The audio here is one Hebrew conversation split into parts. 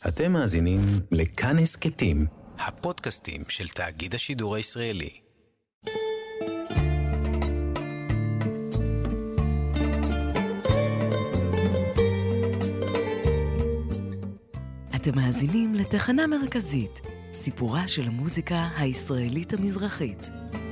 אתם מאזינים לכאן הסקטים, הפודקאסטים של תאגיד השידור הישראלי. אתם מאזינים לתחנה מרכזית, סיפורה של המוזיקה הישראלית המזרחית.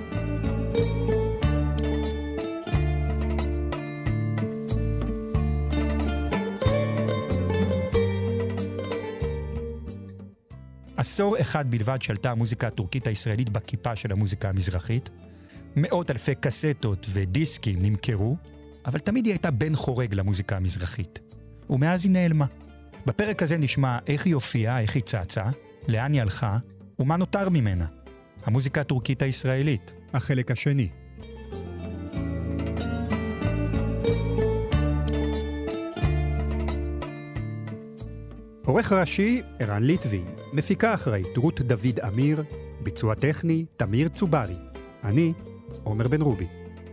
עשור אחד בלבד שלטה המוזיקה הטורקית הישראלית בכיפה של המוזיקה המזרחית. מאות אלפי קסטות ודיסקים נמכרו, אבל תמיד היא הייתה בן חורג למוזיקה המזרחית. ומאז היא נעלמה. בפרק הזה נשמע איך היא הופיעה, איך היא צעצה, לאן היא הלכה, ומה נותר ממנה. המוזיקה הטורקית הישראלית, החלק השני. עורך ראשי, ערן ליטבין, מפיקה אחראית, רות דוד אמיר, ביצוע טכני, תמיר צוברי. אני, עומר בן רובי.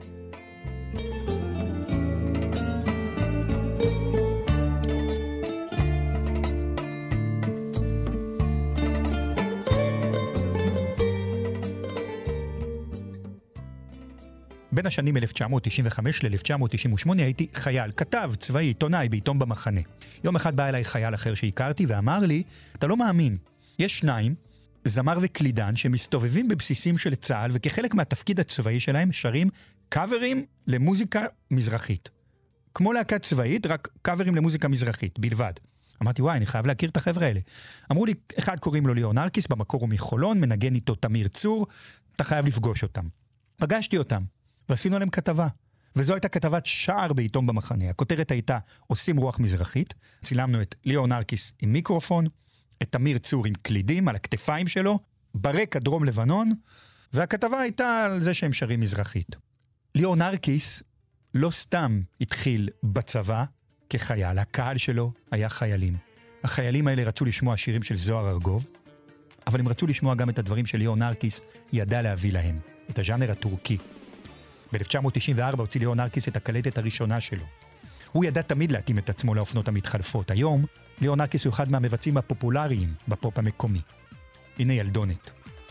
בין השנים 1995 ל-1998 הייתי חייל, כתב, צבאי, עיתונאי בעיתון במחנה. יום אחד בא אליי חייל אחר שהכרתי ואמר לי, אתה לא מאמין, יש שניים, זמר וקלידן, שמסתובבים בבסיסים של צה"ל, וכחלק מהתפקיד הצבאי שלהם שרים קאברים למוזיקה מזרחית. כמו להקת צבאית, רק קאברים למוזיקה מזרחית, בלבד. אמרתי, וואי, אני חייב להכיר את החבר'ה האלה. אמרו לי, אחד קוראים לו ליאור נרקיס, במקור הוא מחולון, מנגן איתו תמיר צור, אתה חייב לפגוש אותם. פגשתי אותם. ועשינו עליהם כתבה. וזו הייתה כתבת שער בעיתון במחנה. הכותרת הייתה, עושים רוח מזרחית. צילמנו את ליאור נרקיס עם מיקרופון, את תמיר צור עם קלידים על הכתפיים שלו, ברקע דרום לבנון, והכתבה הייתה על זה שהם שרים מזרחית. ליאור נרקיס לא סתם התחיל בצבא כחייל, הקהל שלו היה חיילים. החיילים האלה רצו לשמוע שירים של זוהר ארגוב, אבל הם רצו לשמוע גם את הדברים של ליאור נרקיס ידע להביא להם, את הז'אנר הטורקי. ב-1994 הוציא ליאור נרקיס את הקלטת הראשונה שלו. הוא ידע תמיד להתאים את עצמו לאופנות המתחלפות. היום, ליאור נרקיס הוא אחד מהמבצעים הפופולריים בפופ המקומי. הנה ילדונת.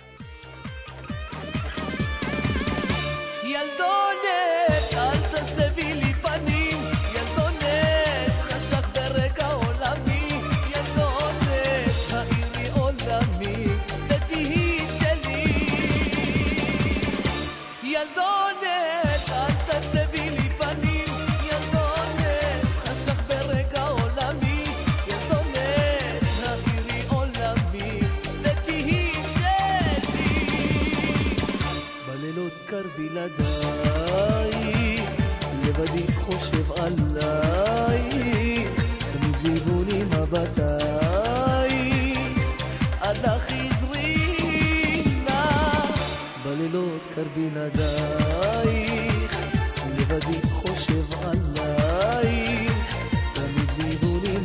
ילדונת, אל תסבי לי פנים, ילדונת, חשך ברקע עולמי, ילדונת, העירי עולמי, ותהי שלי. ילדונת, בלעדיי, לבדי חושב עליי, תמיד ליבוני מבטיי, אנא חזרי נא, בלילות קר בלעדייך, לבדי חושב עליי, תמיד ליבוני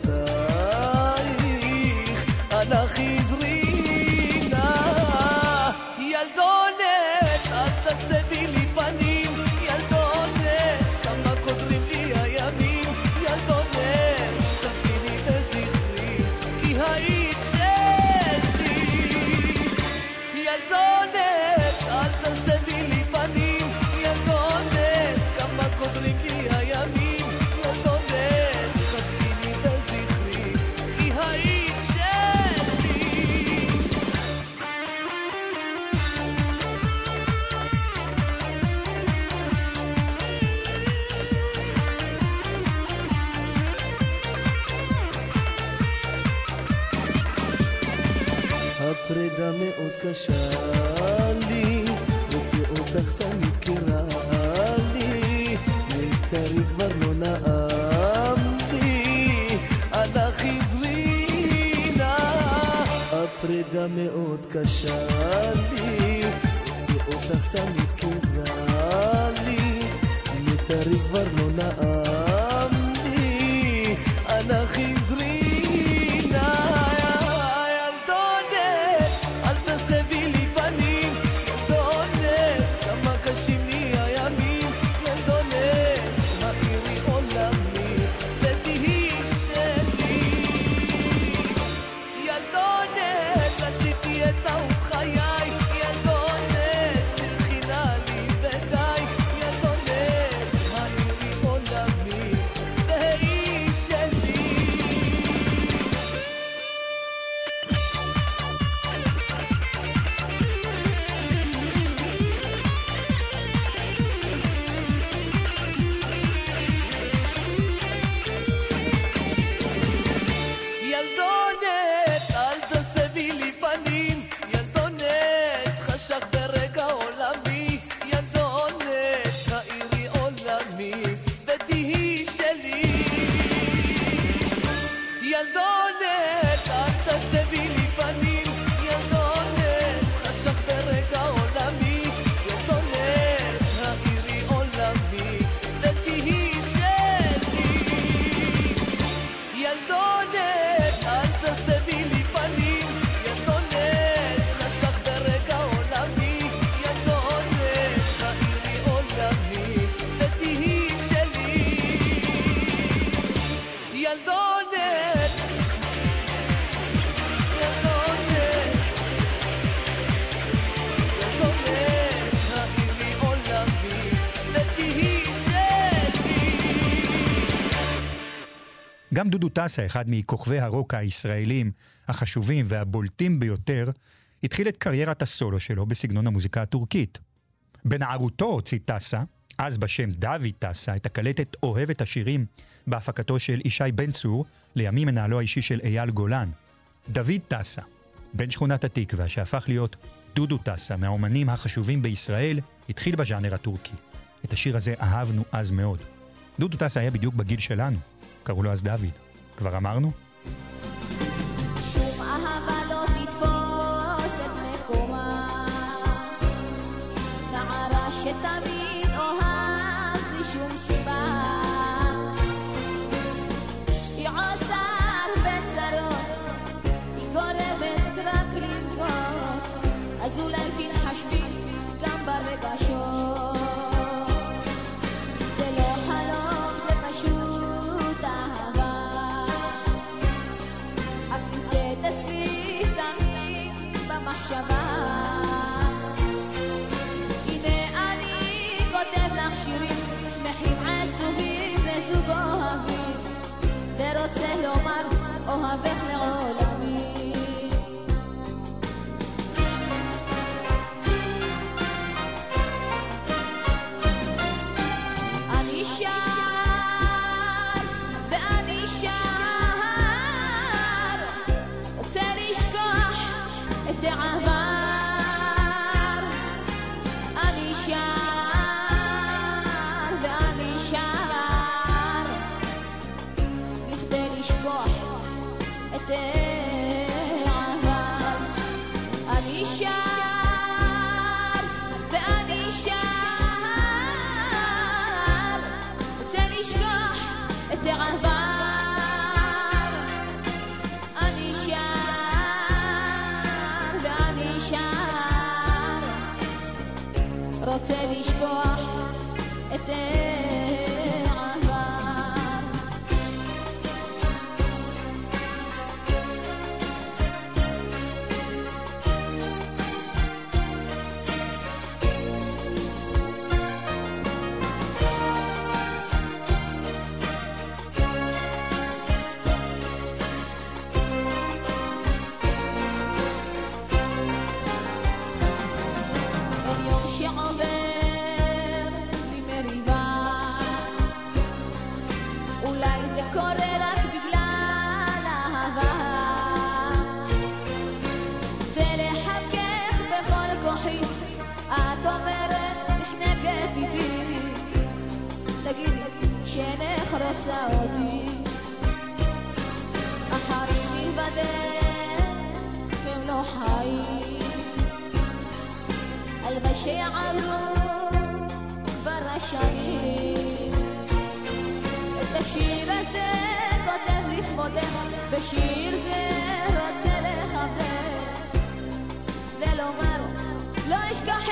מבטיך, אנא חזרי נא, ילדונת, תסבי לי פנים, ילדונת, כמה קודרים לי הימים, ילדונת, תביני בזכרי, כי היית שלי. ילדונת, אל תסבי לי פנים, ילדונת, כמה קודרים לי הימים, ילדונת, תביני בזכרי, כי היית שלי. הפרידה מאוד קשה לי, רוצה אותך תמיד קרה לי, מיתרי כבר לא נעם לי, אנא חזרי נא. הפרידה מאוד קשה לי, רוצה אותך תמיד קרה לי, מיתרי כבר לא נעם לי, אנא חזרי נא. ילדונת, אל תסבי לי פנים, ילדונת, חשך ברגע עולמי, ילדונת, העירי עולמי, ותהי שלי. ילדונת, אל תסבי לי פנים, ילדונת, חשך ברגע עולמי, ילדונת, העירי עולמי, ותהי שלי. ילדונת, ילדונת, ילדונת, העירי עולמי, ותהי שלי. גם דודו טסה, אחד מכוכבי הרוק הישראלים החשובים והבולטים ביותר, התחיל את קריירת הסולו שלו בסגנון המוזיקה הטורקית. בנערותו הוציא טסה, אז בשם דוד טסה, את הקלטת אוהבת השירים בהפקתו של ישי בן צור, לימים מנהלו האישי של אייל גולן. דוד טסה, בן שכונת התקווה, שהפך להיות דודו טסה, מהאומנים החשובים בישראל, התחיל בז'אנר הטורקי. את השיר הזה אהבנו אז מאוד. דודו טסה היה בדיוק בגיל שלנו, קראו לו אז דוד. כבר אמרנו? שום אהבה לא תתפוס את מקומה, נערה שתמיד אוהב בלי שום סיבה, היא עושה הרבה צרות, היא גורמת רק לבכות, אז אולי תתחשבי גם ברגשות. זה לא חלום, זה פשוט אהבה, את נמצאת אצלי תמיד במחשבה. הנה אני כותב לך שירים שמחים עצובים לזוג אוהבים, ורוצה לומר אוהבך לעולמי. אני שר ואני שר, רוצה לשכוח את העבר. אני שר ואני שר, בכדי לשכוח את העבר. אני שר ואני שר, רוצה לשכוח את העבר. אני שר ואני שר, רוצה לשכוח את העבר. אין יום שעובר בלי מריבה, אולי זה קורה רק בגלל אהבה. זה לחכך בכל כוחי, את אומרת נחנקת איתי, תגידי שאינך רוצה אותי. החיים מלבדך הם לא חיים, הלוואי שיעברו כבר השנים. את השיר הזה כותב לכבודך, בשיר זה רוצה לחבק ולומר לא אשכחך.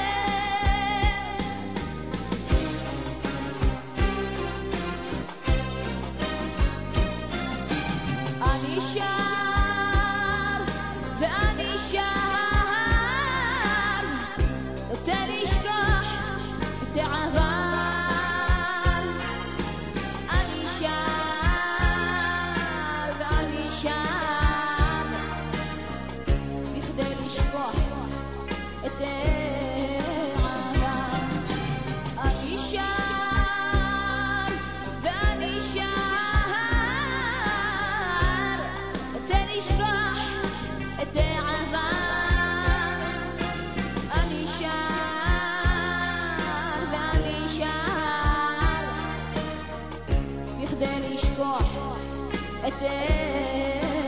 אני שר ואני שר, רוצה לשכוח את העבר. אני שר ואני שר, בכדי לשכוח את העבר. אני שר ואני שר, רוצה לשכוח את העבר. אני שר ואני שר, בכדי לשכוח את העבר.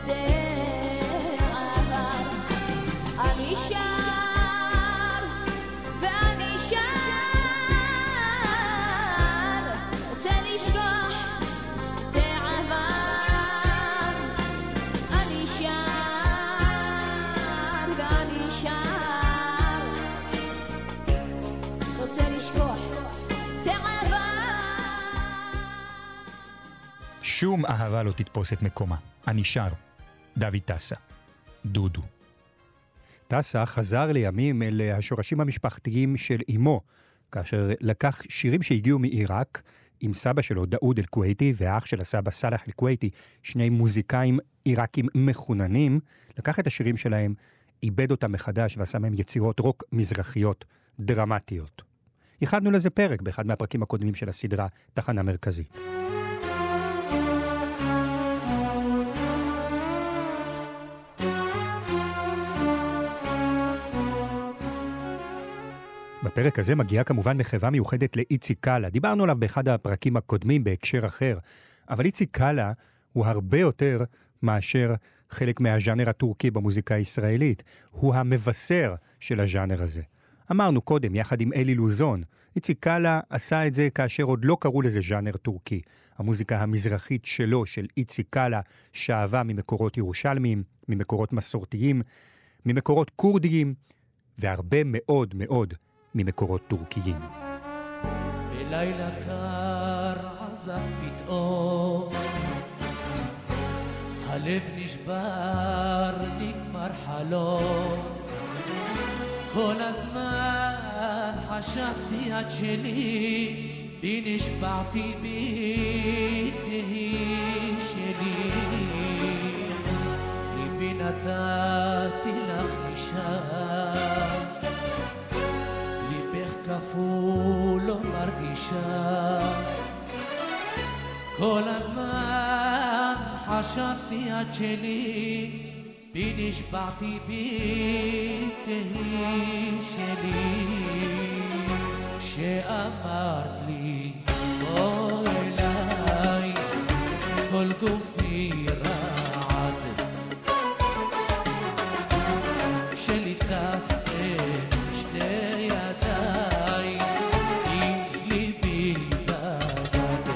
בעבר. אני שר ואני שר, רוצה לשכוח את העבר. אני שר ואני שר, רוצה לשכוח את העבר. שום אהבה לא תתפוס את מקומה. אני שר. דוד טסה. דודו. טסה חזר לימים אל השורשים המשפחתיים של אמו, כאשר לקח שירים שהגיעו מעיראק, עם סבא שלו דאוד אל-כוויתי ואח של הסבא סלח אל-כוויתי, שני מוזיקאים עיראקים מחוננים, לקח את השירים שלהם, איבד אותם מחדש ועשה מהם יצירות רוק מזרחיות דרמטיות. ייחדנו לזה פרק באחד מהפרקים הקודמים של הסדרה תחנה מרכזית. בפרק הזה מגיעה כמובן מחווה מיוחדת לאיציק קאלה. דיברנו עליו באחד הפרקים הקודמים בהקשר אחר, אבל איציק קאלה הוא הרבה יותר מאשר חלק מהז'אנר הטורקי במוזיקה הישראלית. הוא המבשר של הז'אנר הזה. אמרנו קודם, יחד עם אלי לוזון, איציק קאלה עשה את זה כאשר עוד לא קראו לזה ז'אנר טורקי. המוזיקה המזרחית שלו, של איציק קאלה, שאבה ממקורות ירושלמיים, ממקורות מסורתיים, ממקורות קורדיים, והרבה מאוד מאוד ממקורות טורקיים. בלילה קר עזב פתאום, הלב נשבר, נגמר חלום. כל הזמן חשבתי עד שלי, בי נשבעתי בי תהי שלי. ליבי נתתי לך נשאר, כפול לא מרגישה. כל הזמן חשבתי עד שלי, בי נשבעתי בי תהי שלי. שאמרת לי בוא אליי, כל גופי רעד, כשליטפת שתי ידיי, ליבי בגד.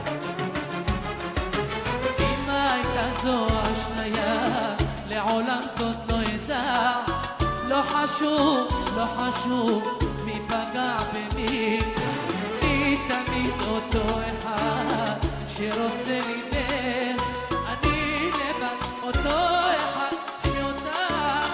אם הייתה זו אשליה, לעולם זאת לא ידע. לא חשוב מי פגע במי, מי תמיד אותו אחד שרוצה ללך. אני לבד אותו אחד שאותה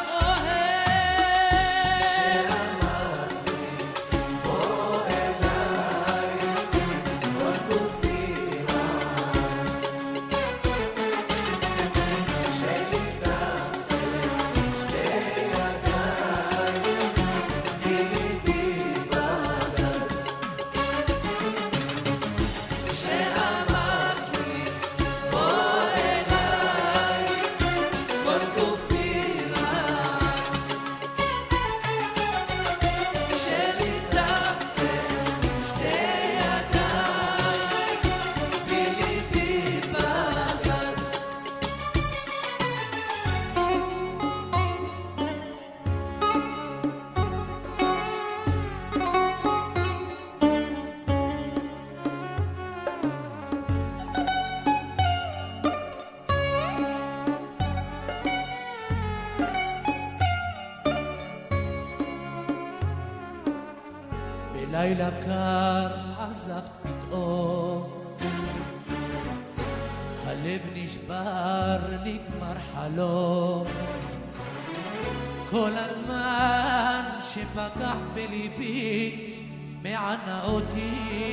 לילה קר עזבת פתאום, הלב נשבר, נגמר חלום. כל הזמן שפגח בליבי, מענה אותי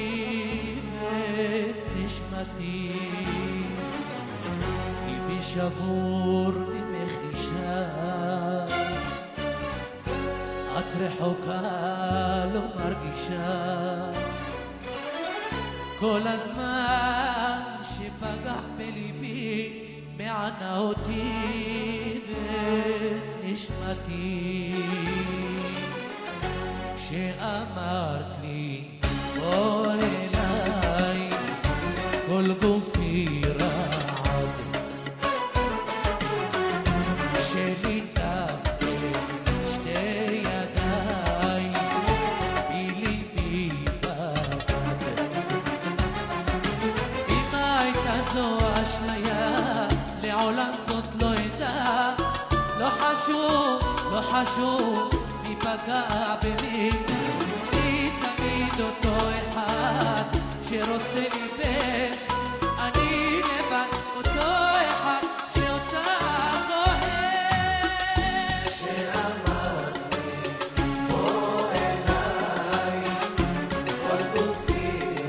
ואת נשמתי. ליבי שבור ממך אישה, את רחוקה לא מרגישה. כל הזמן שפגח בליבי, מענה אותי ונשמתי. שאמרת לי בוא אליי, כל גופי רעד, חשוב, לא חשוב מי פגע במי, היא תמיד אותו אחד שרוצה ליבך, אני לבד אותו אחד שאותך אוהב. שאמרת בוא אליי כל גופי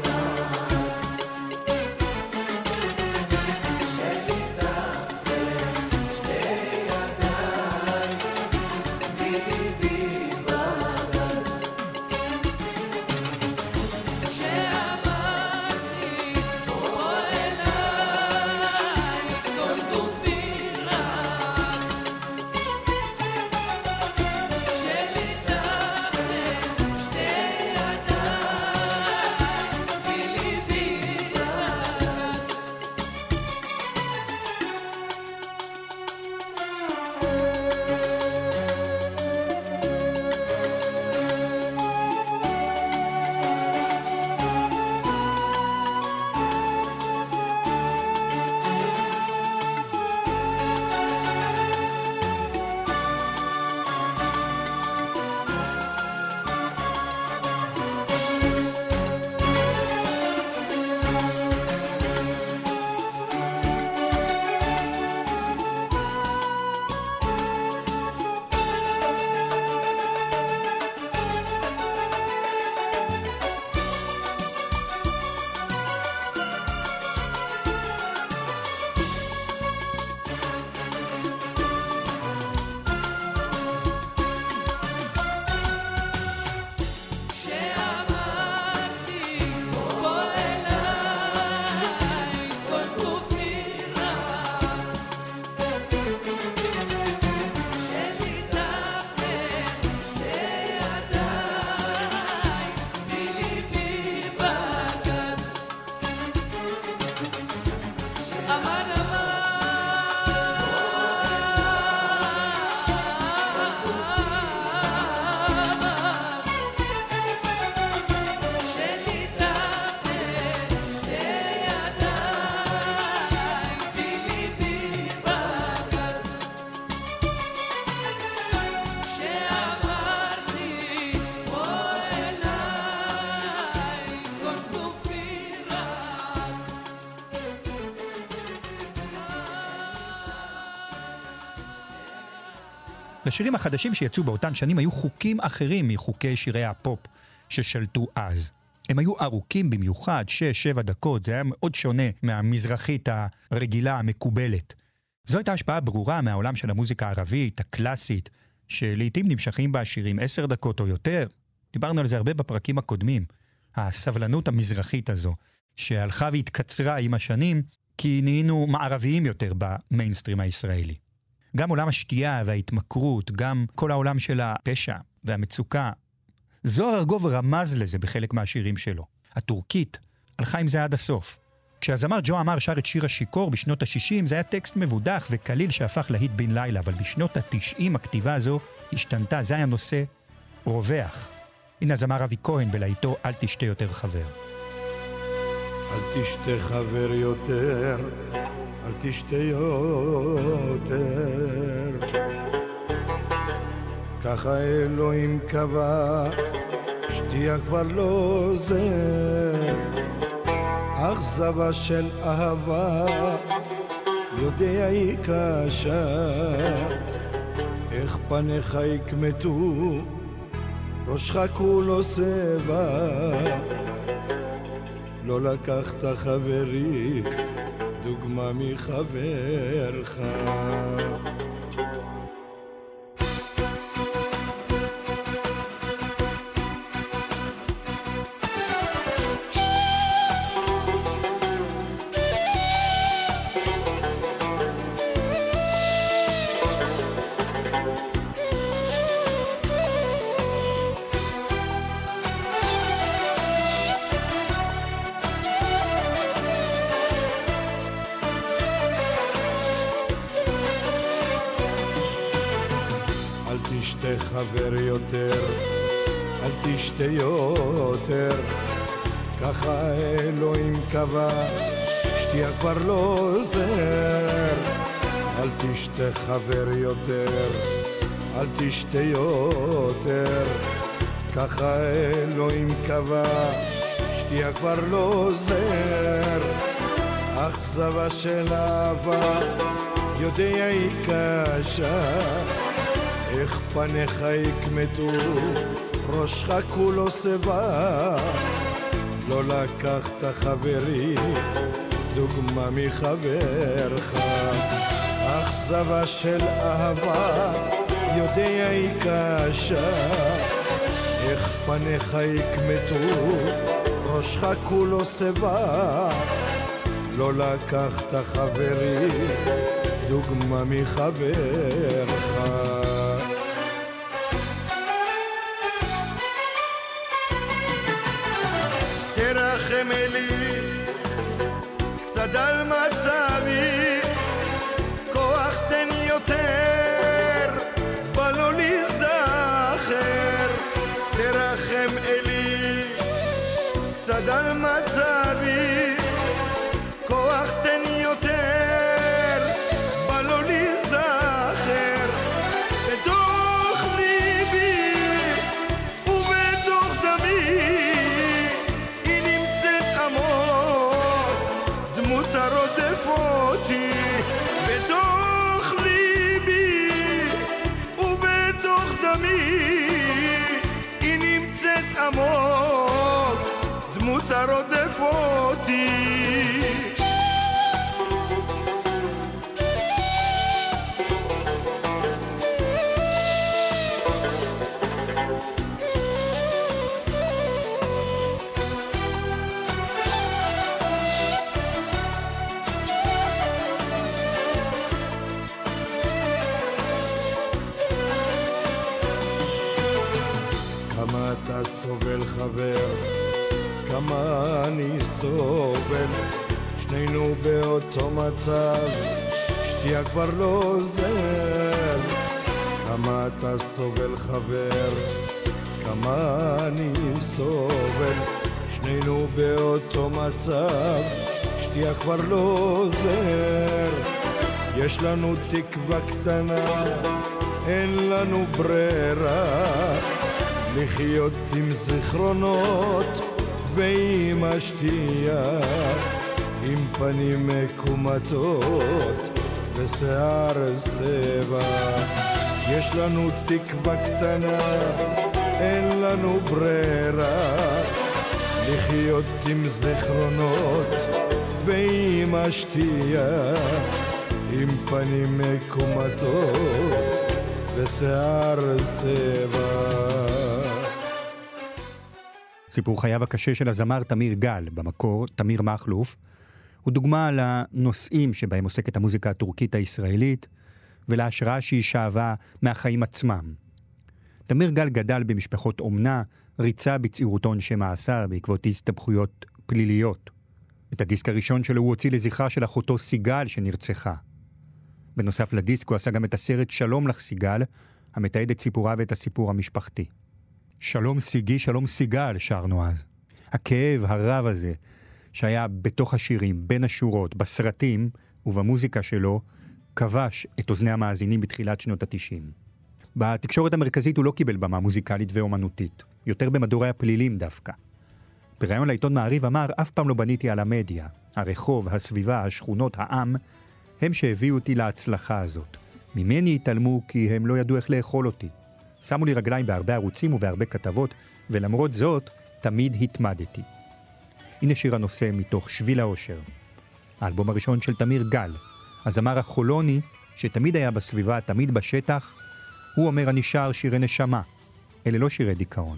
לשירים החדשים שיצאו באותן שנים היו חוקים אחרים מחוקי שירי הפופ ששלטו אז. הם היו ארוכים במיוחד, 6-7 דקות, זה היה מאוד שונה מהמזרחית הרגילה המקובלת. זו הייתה השפעה ברורה מהעולם של המוזיקה הערבית, הקלאסית, שלעיתים נמשכים בה שירים 10 דקות או יותר. דיברנו על זה הרבה בפרקים הקודמים. הסבלנות המזרחית הזו, שהלכה והתקצרה עם השנים, כי נהיינו מערביים יותר במיינסטרים הישראלי. גם עולם השקיעה וההתמכרות, גם כל העולם של הפשע והמצוקה. זוהר ארגוב רמז לזה בחלק מהשירים שלו. הטורקית הלכה עם זה עד הסוף. כשהזמר ג'ו עמר שר את שיר השיכור בשנות ה-60, זה היה טקסט מבודח וקליל שהפך להיט בן לילה, אבל בשנות ה-90 הכתיבה הזו השתנתה, זה היה נושא רווח. הנה הזמר אבי כהן בלהיטו אל תשתה יותר חבר. אל תשתה חבר יותר, אל תשתה יותר, ככה אלוהים קבע, שתייה כבר לא זה, אכזבה של אהבה, יודע היא קשה, איך פניך יקמתו, ראשך כולו סבע, לא לקחת חברי, דוגמה מחברך. חבר יותר, אל תשתה יותר, ככה אלוהים קבע, שתייה כבר לא עוזר. אל תשתה חבר יותר, אל תשתה יותר, ככה אלוהים קבע, שתייה כבר לא עוזר. אכזבה של אהבה, יודע היא קשה, איך פניך יקמתו, ראשך כולו סבא. לא לקחת חברי, דוגמה מחברך. אכזבה של אהבה, יודע היא קשה, איך פניך יקמתו, ראשך כולו סבא. לא לקחת חברי, דוגמה מחברך. תרחם אלי קצת על מצבי, כוח תן יותר, בא לו להיזכר. תרחם אלי קצת על מצבי, כוח תן יותר, בא לו להיזכר. בתוך ליבי ובתוך דמי היא נמצאת עמוק, דמות הרודף אותי. בתוך ליבי ובתוך דמי היא נמצאת עמוק, דמות הרודף אותי. כמה אתה סובל חבר, כמה אני סובל, שנינו באותו מצב, שתייה כבר לא עוזר. כמה אתה סובל חבר, כמה אני סובל, שנינו באותו מצב, שתייה כבר לא עוזר. יש לנו תקווה קטנה, אין לנו ברירה, לחיות עם זיכרונות ועם השתייה, עם פנים מקומטות ושיער סבע. יש לנו תקווה קטנה, אין לנו ברירה, לחיות עם זיכרונות ועם השתייה, עם פנים מקומטות ושיער סבע. סיפור חייו הקשה של הזמר תמיר גל, במקור תמיר מחלוף, הוא דוגמה לנושאים שבהם עוסקת המוזיקה הטורקית הישראלית, ולהשראה שהיא שאבה מהחיים עצמם. תמיר גל גדל במשפחות אומנה, ריצה בצעירותו עונשי מאסר בעקבות הסתבכויות פליליות. את הדיסק הראשון שלו הוא הוציא לזכרה של אחותו סיגל שנרצחה. בנוסף לדיסק הוא עשה גם את הסרט שלום לך סיגל, המתעד את סיפורה ואת הסיפור המשפחתי. שלום סיגי, שלום סיגל, שרנו אז. הכאב הרב הזה, שהיה בתוך השירים, בין השורות, בסרטים ובמוזיקה שלו, כבש את אוזני המאזינים בתחילת שנות ה-90. בתקשורת המרכזית הוא לא קיבל במה מוזיקלית ואומנותית, יותר במדורי הפלילים דווקא. בראיון לעיתון מעריב אמר, אף פעם לא בניתי על המדיה, הרחוב, הסביבה, השכונות, העם, הם שהביאו אותי להצלחה הזאת. ממני התעלמו כי הם לא ידעו איך לאכול אותי. שמו לי רגליים בהרבה ערוצים ובהרבה כתבות, ולמרות זאת, תמיד התמדתי. הנה שיר הנושא מתוך שביל האושר. האלבום הראשון של תמיר גל, הזמר החולוני, שתמיד היה בסביבה, תמיד בשטח, הוא אומר, אני שר שירי נשמה. אלה לא שירי דיכאון.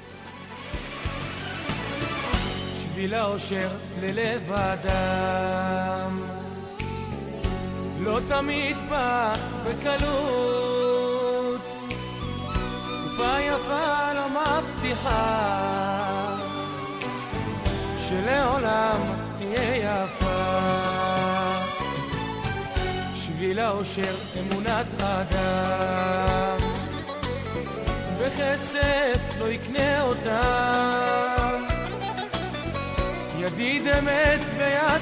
שביל האושר ללב האדם, לא תמיד בא בקלות, תקופה יפה לא מבטיחה שלעולם תהיה יפה. שביל האושר אמונת אדם, וכסף לא יקנה אותם, ידיד אמת ויד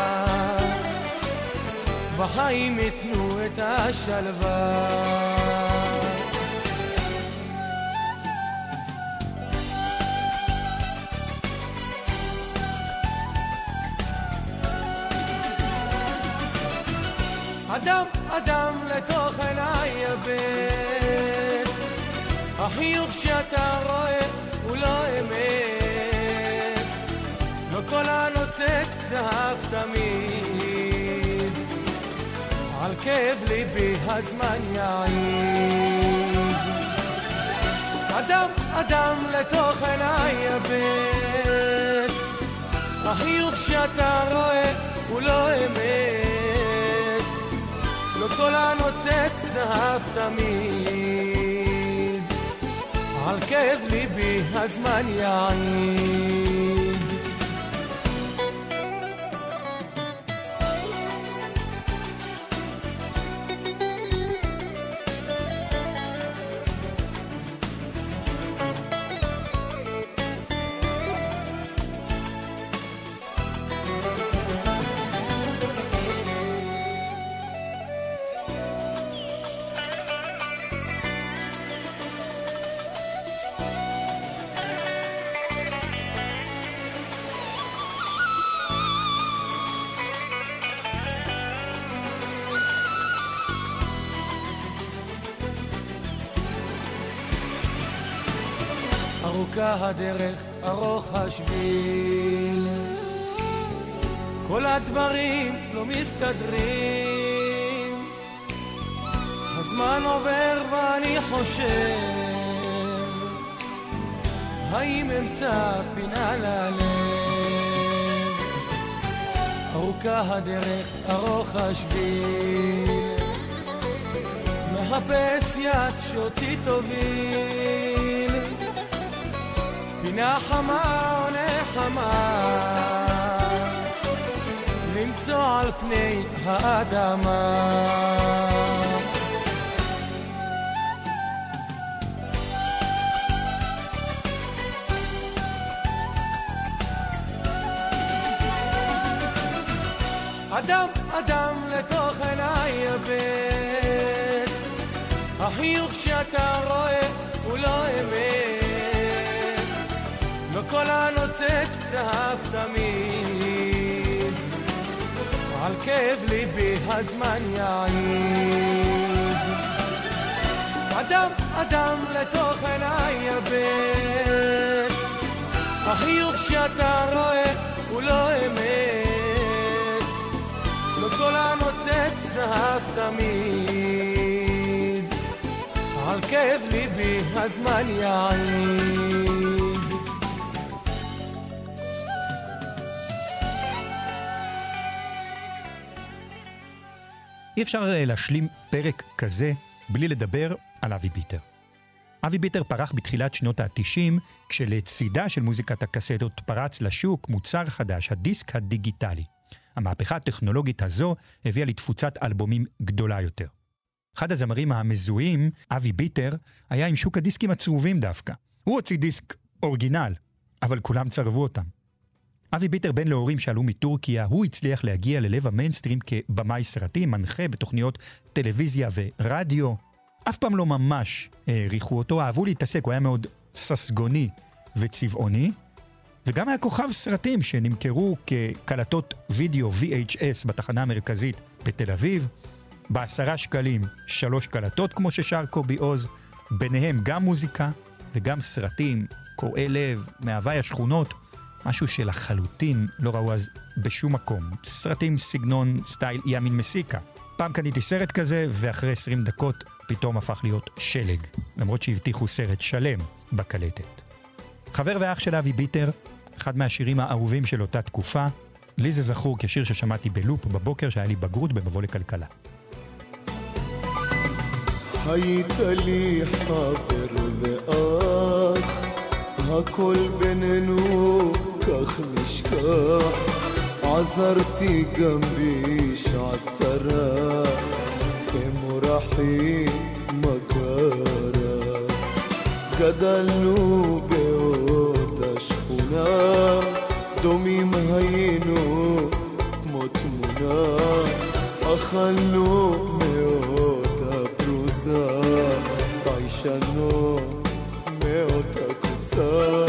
חמה, בחיים יתנו את השלווה. אדם, אדם לתוך עיניי יבט, החיוך שאתה רואה הוא לא אמת, לא כל הנוצץ זהב תמיד, על כאב ליבי הזמן יעיד. אדם, אדם לתוך עיניי יבט, החיוך שאתה רואה הוא לא אמת, לא כל הנוצץ זהב תמיד, על כאב ליבי הזמן יעיד. ארוכה הדרך, ארוך השביל, כל הדברים לא מסתדרים, הזמן עובר ואני חושב, האם אמצא פינה ללב. ארוכה הדרך, ארוך השביל, מחפש יד שאותי תוביל, פינה חמה או נחמה, למצוא על פני האדמה. אדם, אדם לתוך עיניי יבט, החיוך שאתה רואה הוא לא אמת, לא כל הנוצץ זהב תמיד, על כאב ליבי הזמן יעיד. אדם, אדם לתוך עיניי יבט, החיוך שאתה רואה הוא לא אמת, לא כל הנוצץ זהב תמיד, על כאב ליבי הזמן יעיד. אי אפשר להשלים פרק כזה בלי לדבר על אבי ביטר. אבי ביטר פרח בתחילת שנות ה-90, כשלצידה של מוזיקת הקסטות פרץ לשוק מוצר חדש, הדיסק הדיגיטלי. המהפכה הטכנולוגית הזו הביאה לתפוצת אלבומים גדולה יותר. אחד הזמרים המזוהים, אבי ביטר, היה עם שוק הדיסקים הצרובים דווקא. הוא הוציא דיסק אורגינל, אבל כולם צרבו אותם. אבי ביטר בן להורים שעלו מטורקיה, הוא הצליח להגיע ללב המיינסטרים כבמאי סרטים, מנחה בתוכניות טלוויזיה ורדיו. אף פעם לא ממש העריכו אותו, אהבו להתעסק, הוא היה מאוד ססגוני וצבעוני, וגם היה כוכב סרטים שנמכרו כקלטות וידאו VHS בתחנה המרכזית בתל אביב, ב10 שקלים 3 קלטות כמו ששר קובי עוז, ביניהם גם מוזיקה וגם סרטים, קוראי לב, מהווי השכונות, משהו שלחלוטין לא ראו אז בשום מקום. סרטים סגנון סטייל ימין מסיקה. פעם קניתי סרט כזה, ואחרי 20 דקות פתאום הפך להיות שלג, למרות שהבטיחו סרט שלם בקלטת. חבר ואח של אבי ביטר, אחד מהשירים האהובים של אותה תקופה, לי זה זכור כשיר ששמעתי בלופ בבוקר שהיה לי בגרות במבוא לכלכלה. היית לי חבר ואח, הכל בינינו כך נשכח, עזרתי גם בשעת צרה, במורחי מגרה, גדלנו באותה שכונה, דומים היינו כמו תמונה, אכלנו מאותה פרוסה, עישנו מאותה קופסה,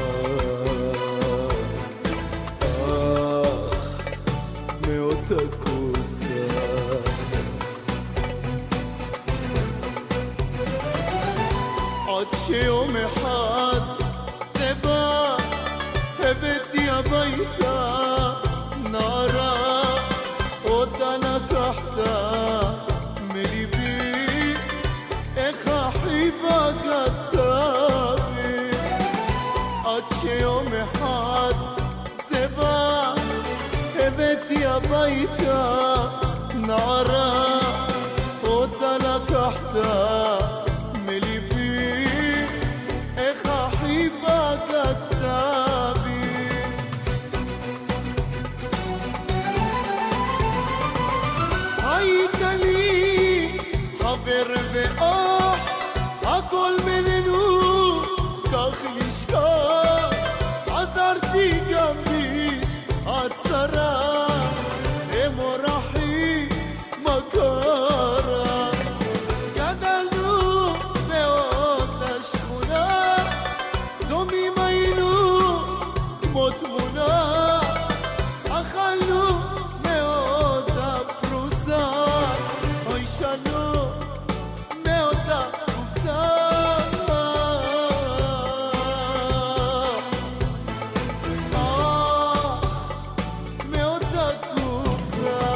אך מאותה קופסה עד שיום אחד זה בא, הבאתי הביתה נערה, אותה לקחת מליבי, איך הכי בגדת בי. עד שיום אחד זה בא, הבאתי הביתה נערה, אותה לקחת מליבי, איך הכי בגדת בי. היית לי חבר ואח, הכל בינינו כך לשכח, עזרתי גם בשעת צרה, אמור אחי מה קרה. גדלנו באותה שכונה, דומים היינו כמו תמונה, אכלנו מאותה פרוסה, הוישנו מאותה קופסה. מאותה קופסה.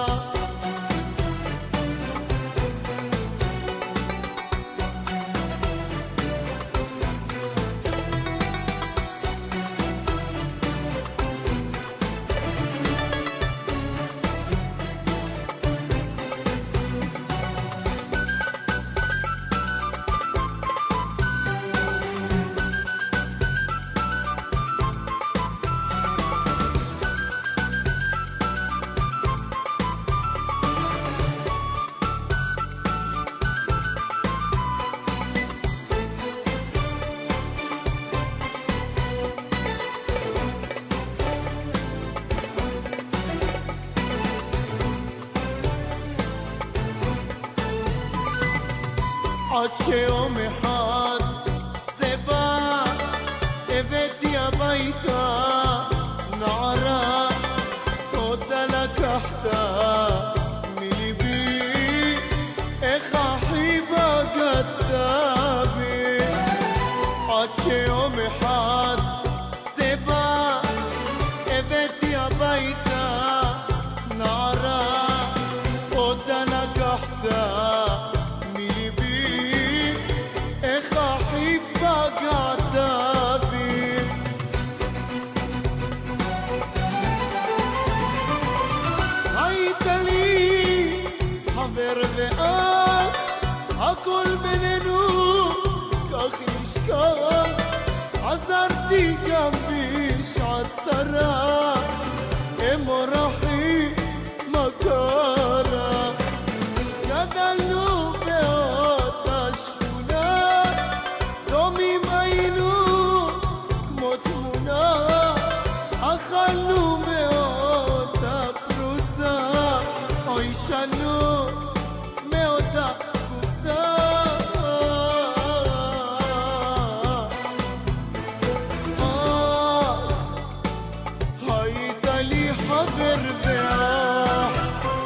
עד שיום אחד זה בא, הבאתי הביתה נערה, אותה לקחת מליבי, איך הכי בגדת בי. עד שיום אחד זה בא, הבאתי הביתה נערה, אותה לקחת מליבי, איך הכי פגעת בי. היית לי חבר ואח, הכל בינינו כך נשכח, עזרתי גם בשעת צרה, אמור אחי מה קרה. גדלנו באותה שכונה, דומים היינו כמו תמונה, אכלנו מאותה פרוסה, הוישנו מאותה קופסה. היית לי חבר ואח.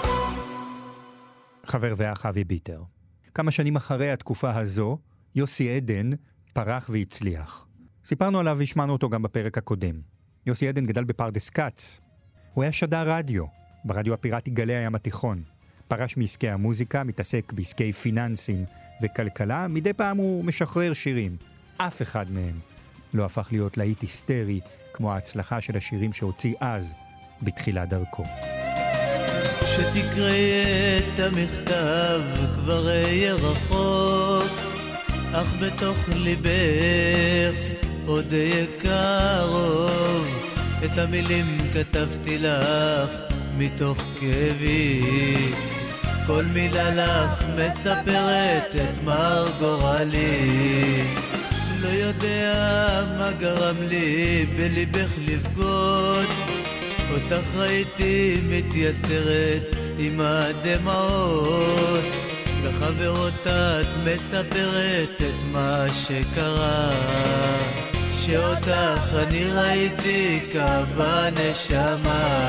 חבר ואח אבי ביטר. כמה שנים אחרי התקופה הזו, יוסי עדן פרח והצליח. סיפרנו עליו והשמענו אותו גם בפרק הקודם. יוסי עדן גדל בפרדס כץ. הוא היה שדר רדיו, ברדיו הפיראטי גלי הים התיכון. פרש מעסקי המוזיקה, מתעסק בעסקי פיננסים וכלכלה, מדי פעם הוא משחרר שירים. אף אחד מהם לא הפך להיות להיט היסטרי, כמו ההצלחה של השירים שהוציא אז, בתחילת דרכו. שתקראי את המכתב כבר אהיה רחוק, אך בתוך ליבך עוד אהיה קרוב. את המילים כתבתי לך מתוך כאבי, כל מילה לך מספרת את מר גורלי. לא יודע מה גרם לי בליבך לבגוד, אותך ראיתי מתייסרת עם הדמעות, לחברות את מספרת את מה שקרה, שאותך אני ראיתי כבנשמה.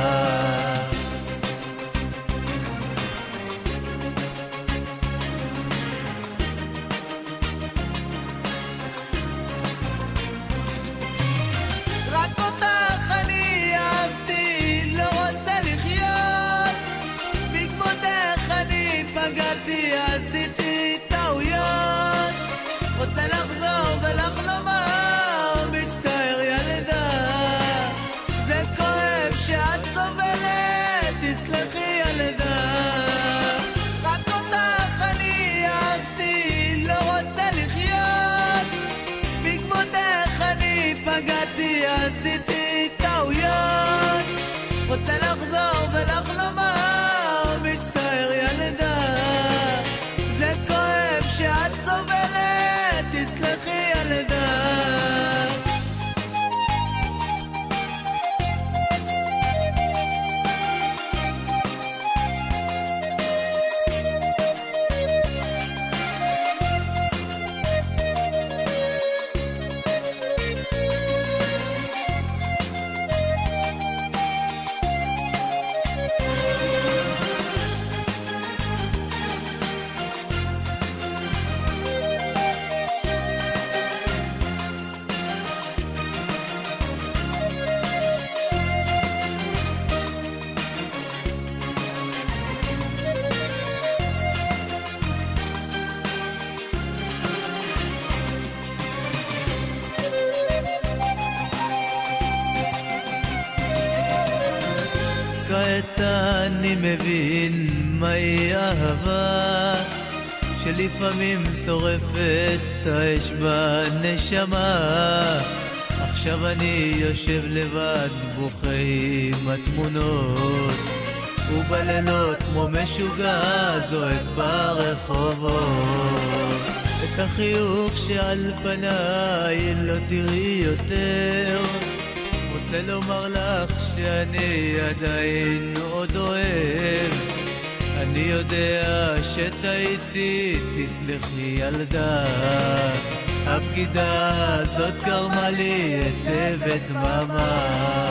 אני מבין מהי אהבה, שלפעמים שורפת האש בנשמה. עכשיו אני יושב לבד בוכה עם התמונות, ובלילות כמו משוגע זועק ברחובות. את החיוך שעל פניי לא תראי יותר, רוצה לומר לך שאני עדיין עוד אוהב. אני יודע שטעיתי, תסלחי ילדה, הבגידה הזאת גרמה לי עצב ודממה.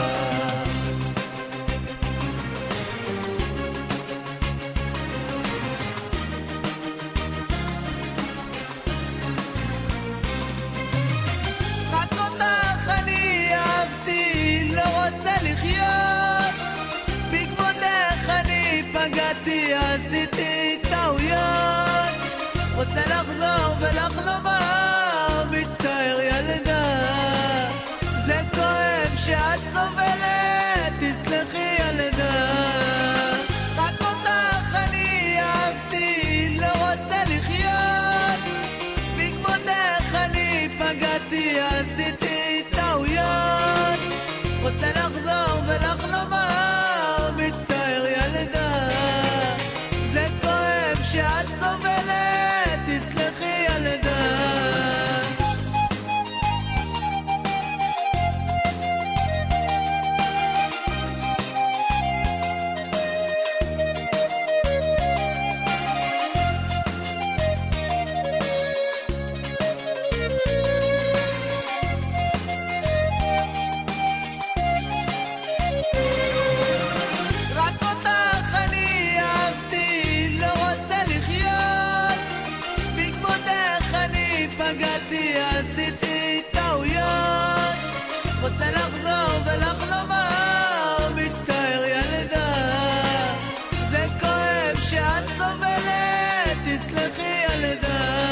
עשיתי טעויות, רוצה לחזור ולך לומר, מצטער ילדה, זה כואב שאת סובלת, תסלחי ילדה. רק אותך אני אהבתי, לא רוצה לחיות, בעקבותיך אני פגעתי, עשיתי טעויות, רוצה לחזור ולך לומר, מצטער ילדה, שאת סובלת, תסלחי ילדה. עשיתי טעויות, רוצה לחזור ולך לומר, מצטער ילדה, זה כואב שאת סובלת, תסלחי ילדה.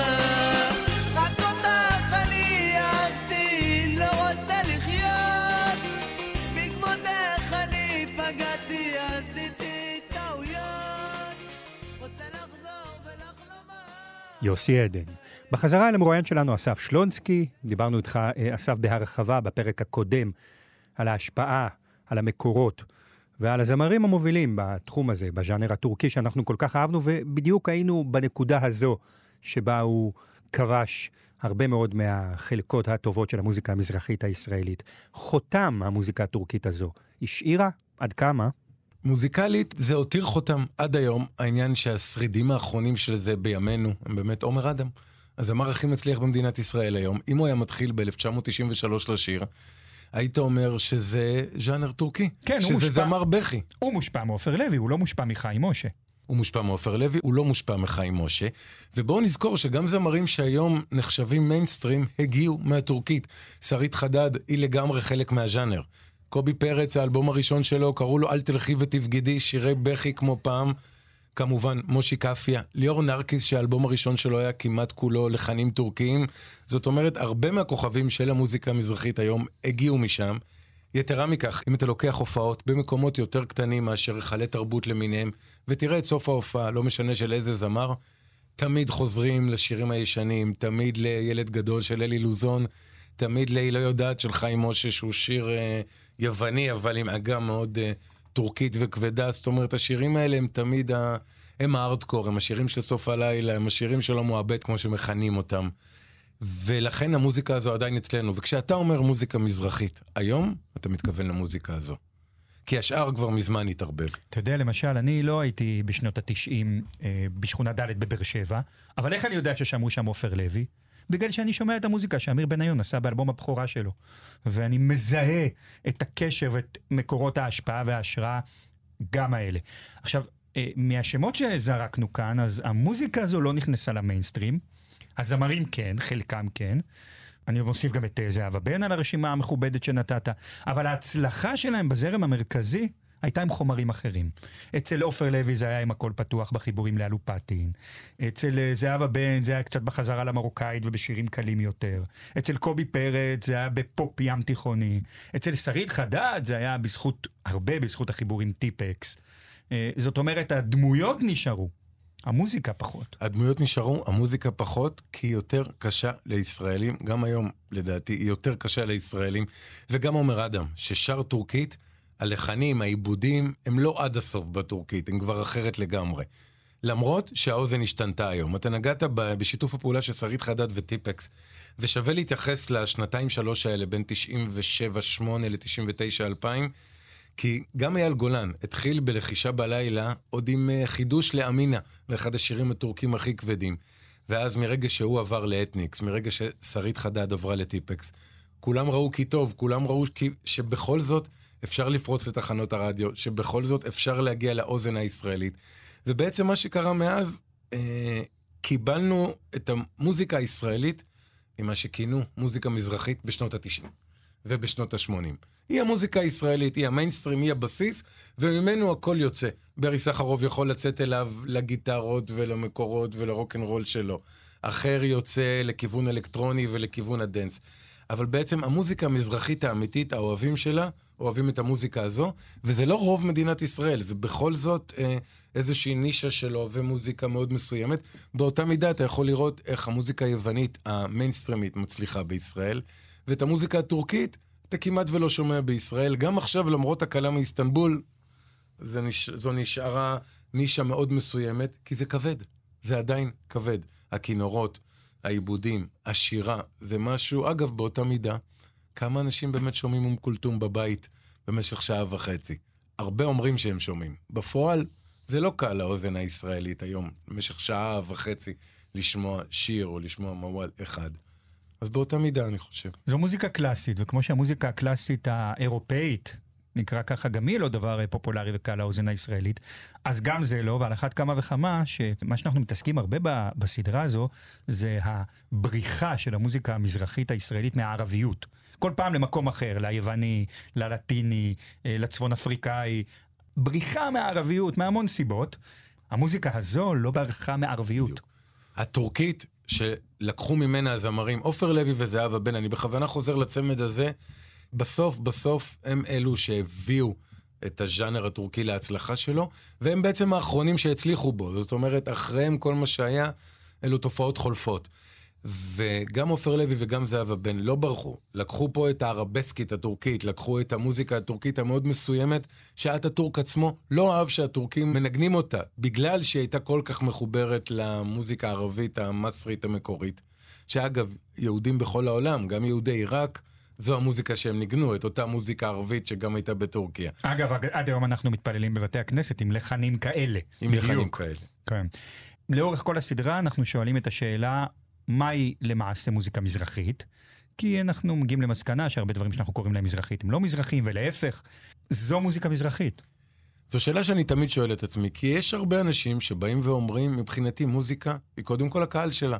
רק אותך אני אהבתי, לא רוצה לחיות, בעקבותיך אני פגעתי, עשיתי טעויות, רוצה לחזור ולך לומר. יוסי עדן. בחזרה אל המרואיין שלנו אסף שלונסקי, דיברנו איתך אסף בהרחבה בפרק הקודם על ההשפעה, על המקורות ועל הזמרים המובילים בתחום הזה, בז'אנר הטורקי שאנחנו כל כך אהבנו, ובדיוק היינו בנקודה הזו שבה הוא כבש הרבה מאוד מהחלקות הטובות של המוזיקה המזרחית הישראלית. חותם המוזיקה הטורקית הזו השאירה עד כמה? מוזיקלית זה הותיר חותם עד היום. העניין שהשרידים האחרונים של זה בימינו הם באמת עומר אדם. הזמר הכי מצליח במדינת ישראל היום. אם הוא היה מתחיל ב-1993 לשיר, היית אומר שזה ז'אנר טורקי. כן, שזה זמר בכי. הוא מושפע מעופר לוי, הוא לא מושפע מחיים משה. הוא מושפע מעופר לוי, הוא לא מושפע מחיים משה. ובואו נזכור שגם זמרים שהיום נחשבים מיינסטרים הגיעו מהטורקית. שרית חדד היא לגמרי חלק מהז'אנר. קובי פרץ, האלבום הראשון שלו, קראו לו אל תלכי ותבגדי, שירי בכי כמו פעם. כמובן, מושי קפיה, ליאור נרקיס, שהאלבום הראשון שלו היה כמעט כולו לחנים טורקיים. זאת אומרת, הרבה מהכוכבים של המוזיקה המזרחית היום הגיעו משם. יתרה מכך, אם אתה לוקח הופעות במקומות יותר קטנים מאשר רחלי תרבות למיניהם, ותראה את סוף ההופעה, לא משנה של איזה זמר, תמיד חוזרים לשירים הישנים, תמיד לילד גדול של אלי לוזון, תמיד לי לא יודעת של חיים משה, שהוא שיר יווני, אבל עם אגה מאוד טורקית וכבדה. זאת אומרת, השירים האלה הם תמיד, הם הארדקור, הם השירים של סוף הלילה, הם השירים של המועבד, כמו שמכנים אותם. ולכן המוזיקה הזו עדיין אצלנו. וכשאתה אומר מוזיקה מזרחית, היום אתה מתכוון למוזיקה הזו. כי השאר כבר מזמן התערבב. אתה יודע, למשל, אני לא הייתי בשנות ה-90 בשכונה ד' בבאר שבע, אבל איך אני יודע ששמעו שם עופר לוי? בגלל שאני שומע את המוזיקה שאמיר בניון עשה באלבום הבכורה שלו. ואני מזהה את הקשר ואת מקורות ההשפעה וההשראה גם האלה. עכשיו, מהשמות שזרקנו כאן, אז המוזיקה הזו לא נכנסה למיינסטרים. הזמרים כן, חלקם כן. אני מוסיף גם את זהבה בן על הרשימה המכובדת שנתת. אבל ההצלחה שלהם בזרם המרכזי הייתה עם חומרים אחרים. אצל עופר לוי זה היה עם הכל פתוח בחיבורים לאלופטין. אצל זהבה בן זה היה קצת בחזרה למרוקאית ובשירים קלים יותר. אצל קובי פרץ זה היה בפופ ים תיכוני. אצל שרית חדד זה היה הרבה בזכות החיבורים טיפקס. זאת אומרת, הדמויות נשארו, המוזיקה פחות. הדמויות נשארו, המוזיקה פחות, כי היא יותר קשה לישראלים. גם היום, לדעתי, היא יותר קשה לישראלים. וגם אומר אדם, ששר טורקית, הלחנים, העיבודים, הם לא עד הסוף בטורקית, הם כבר אחרת לגמרי. למרות שהאוזן השתנתה היום. אתה נגעת בשיתוף הפעולה של שרית חדד וטיפקס, ושווה להתייחס לשנתיים-שלוש האלה, בין 97-8 ל-99-2000, כי גם אייל גולן התחיל בלחישה בלילה, עוד עם חידוש לאמינה, לאחד השירים הטורקים הכי כבדים. ואז מרגע שהוא עבר לאתניקס, מרגע ששרית חדד עברה לטיפקס, כולם ראו כי טוב, כולם ראו שבכל זאת אפשר לפרוץ לתחנות הרדיו, שבכל זאת אפשר להגיע לאוזן הישראלית. ובעצם מה שקרה מאז, קיבלנו את המוזיקה הישראלית, עם מה שכינו מוזיקה מזרחית בשנות ה-90 ובשנות ה-80. היא המוזיקה הישראלית, היא המיינסטרים, היא הבסיס, וממנו הכל יוצא. ברי סחרוף יכול לצאת אליו לגיטרות ולמקורות ולרוק'נ'רול שלו. אחר יוצא לכיוון אלקטרוני ולכיוון הדנס. אבל בעצם המוזיקה המזרחית האמיתית, האוהבים שלה, אוהבים את המוזיקה הזו, וזה לא רוב מדינת ישראל, זה בכל זאת איזושהי נישה של אוהבי מוזיקה מאוד מסוימת. באותה מידה אתה יכול לראות איך המוזיקה היוונית המיינסטרימית מצליחה בישראל, ואת המוזיקה הטורקית אתה כמעט ולא שומע בישראל. גם עכשיו, למרות הקלה מאיסטנבול, זו נשארה נישה מאוד מסוימת, כי זה כבד, זה עדיין כבד. הכינורות, העיבודים, השירה, זה משהו, אגב, באותה מידה, כמה אנשים באמת שומעים קולטום בבית במשך שעה וחצי. הרבה אומרים שהם שומעים. בפועל, זה לא קל לאוזן הישראלית היום, במשך שעה וחצי, לשמוע שיר או לשמוע מוואל אחד. אז באותה מידה, אני חושב. זו מוזיקה קלאסית, וכמו שהמוזיקה הקלאסית האירופאית, נקרא ככה, גם היא לא דבר פופולרי וקל לאוזן הישראלית, אז גם זה לא, ועל אחת כמה וכמה, שמה שאנחנו מתעסקים הרבה בסדרה הזו, זה הבריחה של המוזיקה המזרחית הישראלית מהערביות. כל פעם למקום אחר, ליווני, ללטיני, לצפון אפריקאי, בריחה מהערביות, מהמון סיבות. המוזיקה הזו לא ברחה מערביות. הטורקית, שלקחו ממנה הזמרים, עופר לוי וזהבה בן, אני בכוונה חוזר לצמד הזה, בסוף הם אלו שהביאו את הז'אנר הטורקי להצלחה שלו, והם בעצם האחרונים שהצליחו בו. זאת אומרת, אחריהם כל מה שהיה, אלו תופעות חולפות. וגם עופר לוי וגם זהבה בן לא ברחו. לקחו פה את הערבסקית הטורקית, לקחו את המוזיקה הטורקית המאוד מסוימת, שהטורק עצמו לא אהב שהטורקים מנגנים אותה, בגלל שהיא הייתה כל כך מחוברת למוזיקה הערבית המסרית המקורית. שאגב, יהודים בכל העולם, גם יהודי עיראק, זו המוזיקה שהם ניגנו, את אותה מוזיקה ערבית שגם הייתה בטורקיה. אגב, עד היום אנחנו מתפללים בבתי הכנסת עם לחנים כאלה. עם לחנים כאלה. כן. לאורך כל הסדרה אנחנו שואלים את השאלה, מהי למעשה מוזיקה מזרחית? כי אנחנו מגיעים למסקנה שהרבה דברים שאנחנו קוראים להם מזרחית הם לא מזרחיים, ולהפך, זו מוזיקה מזרחית. זו שאלה שאני תמיד שואל את עצמי, כי יש הרבה אנשים שבאים ואומרים, מבחינתי מוזיקה היא קודם כל הקהל שלה.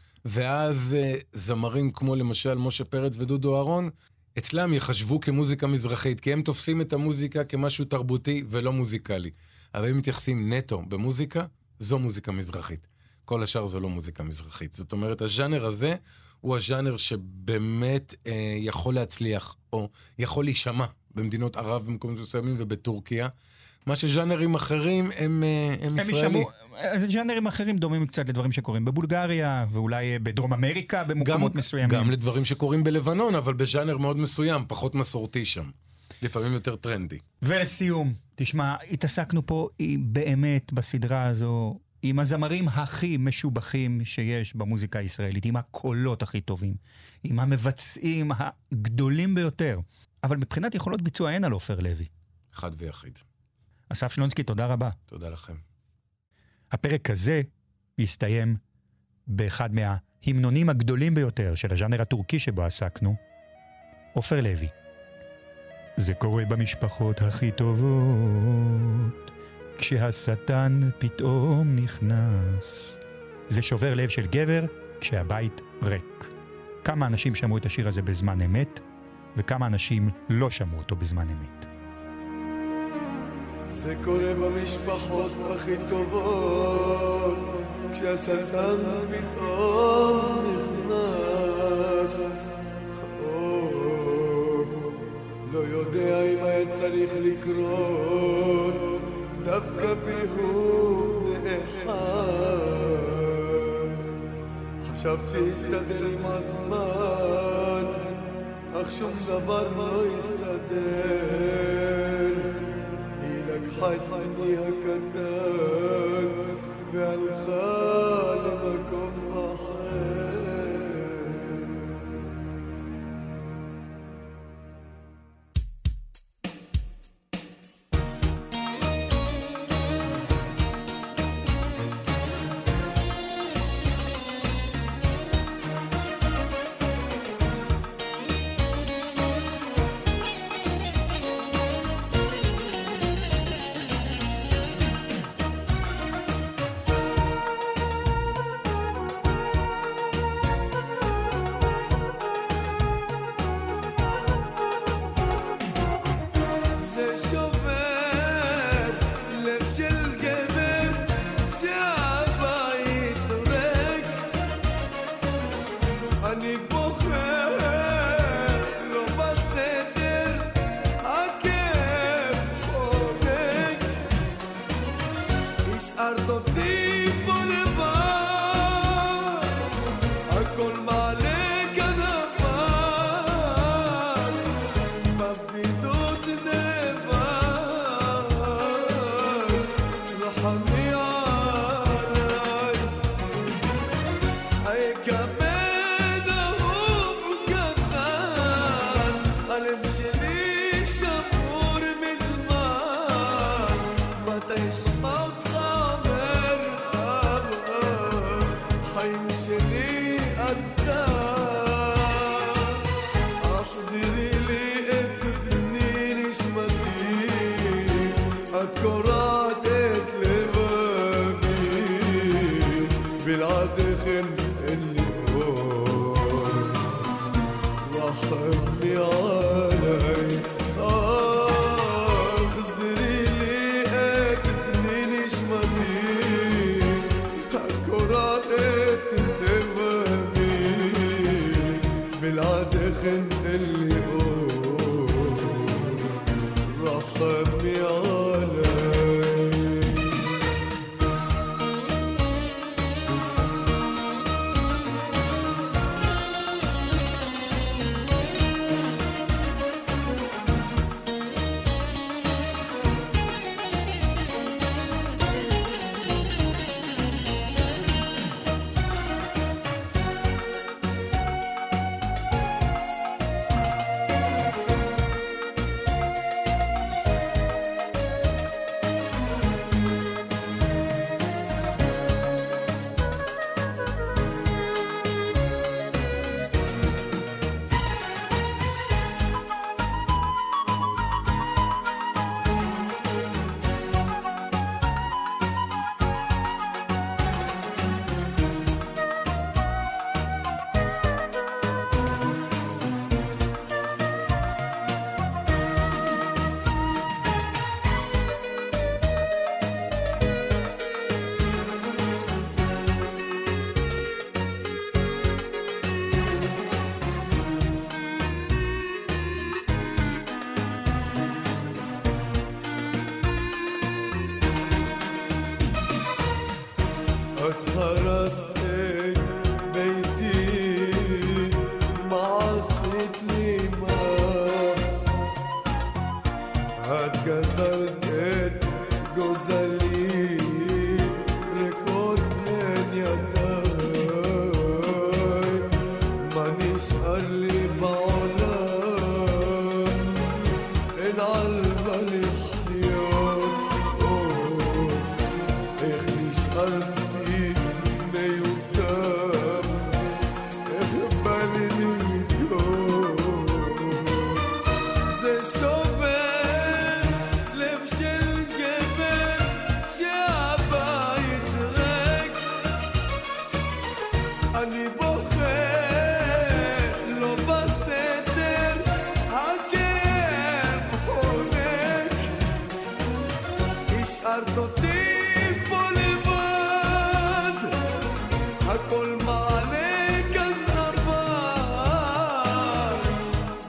ואז זמרים כמו למשל משה פרץ ודודו אהרון, אצלם יחשבו כמוזיקה מזרחית, כי הם תופסים את המוזיקה כמשהו תרבותי ולא מוזיקלי. אבל אם מתייחסים נטו במוזיקה, זו מוזיקה מזרחית. כל השאר זו לא מוזיקה מזרחית. זאת אומרת, הז'אנר הזה הוא הז'אנר שבאמת יכול להצליח, או יכול להישמע במדינות ערב, במקומות מסוימים ובטורקיה. מה שז'אנרים אחרים הם ישראלים. ז'אנרים אחרים דומים קצת לדברים שקורים בבולגריה, ואולי בדרום אמריקה במקומות מסוימים. גם לדברים שקורים בלבנון, אבל בז'אנר מאוד מסוים, פחות מסורתי שם. לפעמים יותר טרנדי. ולסיום, תשמע, התעסקנו פה באמת בסדרה הזו, עם הזמרים הכי משובחים שיש במוזיקה הישראלית, עם הקולות הכי טובים, עם המבצעים הגדולים ביותר. אבל מבחינת יכולות ביצוע אין על עופר לוי. אחד ויחיד. אסף שלונסקי, תודה רבה. תודה לכם. הפרק הזה יסתיים באחד מההמנונים הגדולים ביותר של הז'אנר הטורקי שבו עסקנו, עופר לוי. זה קורה במשפחות הכי טובות, כשהשטן פתאום נכנס. זה שובר לב של גבר כשהבית ריק. כמה אנשים שמעו את השיר הזה בזמן אמת, וכמה אנשים לא שמעו אותו בזמן אמת. זה קורה במשפחות הכי טובות, כשהשטן פתאום נכנס. לא יודע אם היה צריך לקרות, דווקא בי הוא נאחז. חשבתי הסתדר עם הזמן, אך שום דבר לא הסתדר. היא לקחה את אני הקטן והלכה למקום אחר.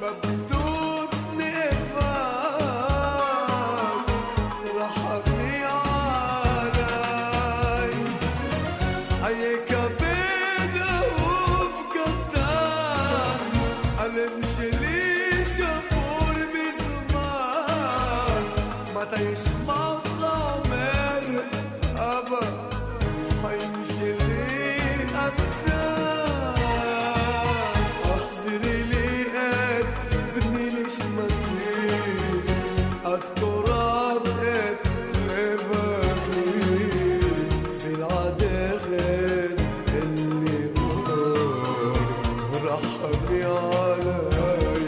בבדידות נאבק, רחמי אשמע אותך אומר, אבא, חיים שלי אתה. החזירי לי את בני נשמתי, את קוראת את לבבי, בלעדך אין לי אור, רחמי עליי.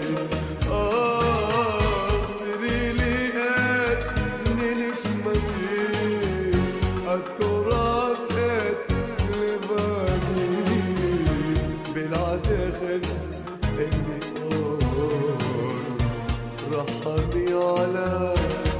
החזירי לי את בני נשמתי, את קוראת את לבבי, בלעדך אין לי אור, רחמי עליי.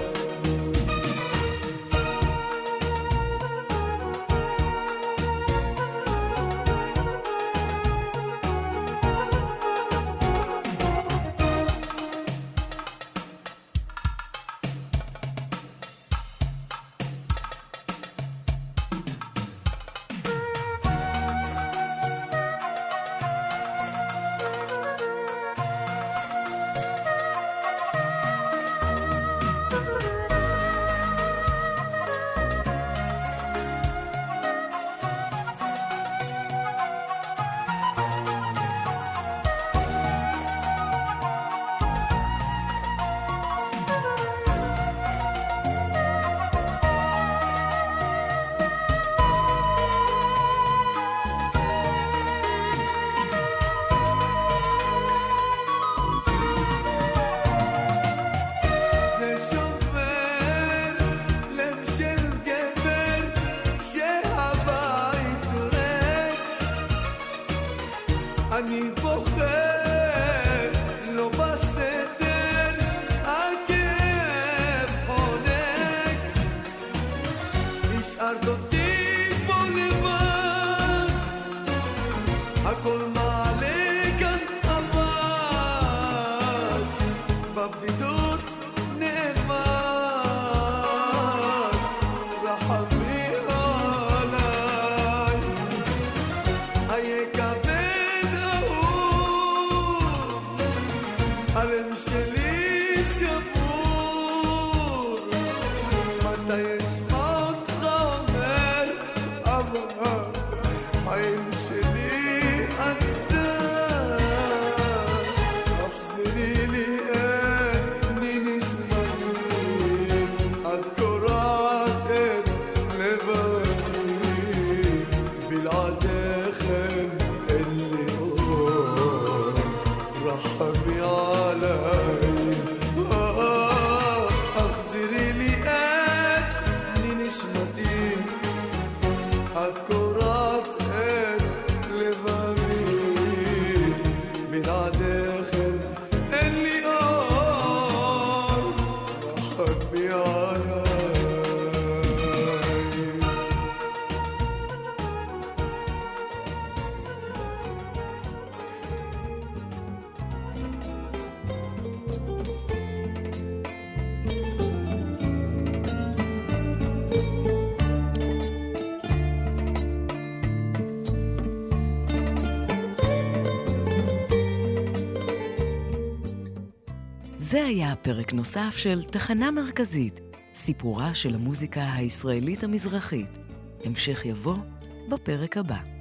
אני בוחר, לא בסתר, הכאב חונק, השארת אותי פה לבד, הכל מעלה כאן אבל, בבדידות נאבד, רחמי עליי, היקבל הלב שלי שבור, מתי אשמע אותך אומר, אבא, חיים שלי אתה. החזירי לי את בני נשמתי, את קוראת את לבבי, בלעדך אין לי אור, רחמי עליי. החזירי לי את בני נשמתי, את קוראת את לבבי, בלעדך אין לי אור, רחמי עליי. זה היה פרק נוסף של תחנה מרכזית, סיפורה של המוזיקה הישראלית המזרחית. המשך יבוא בפרק הבא.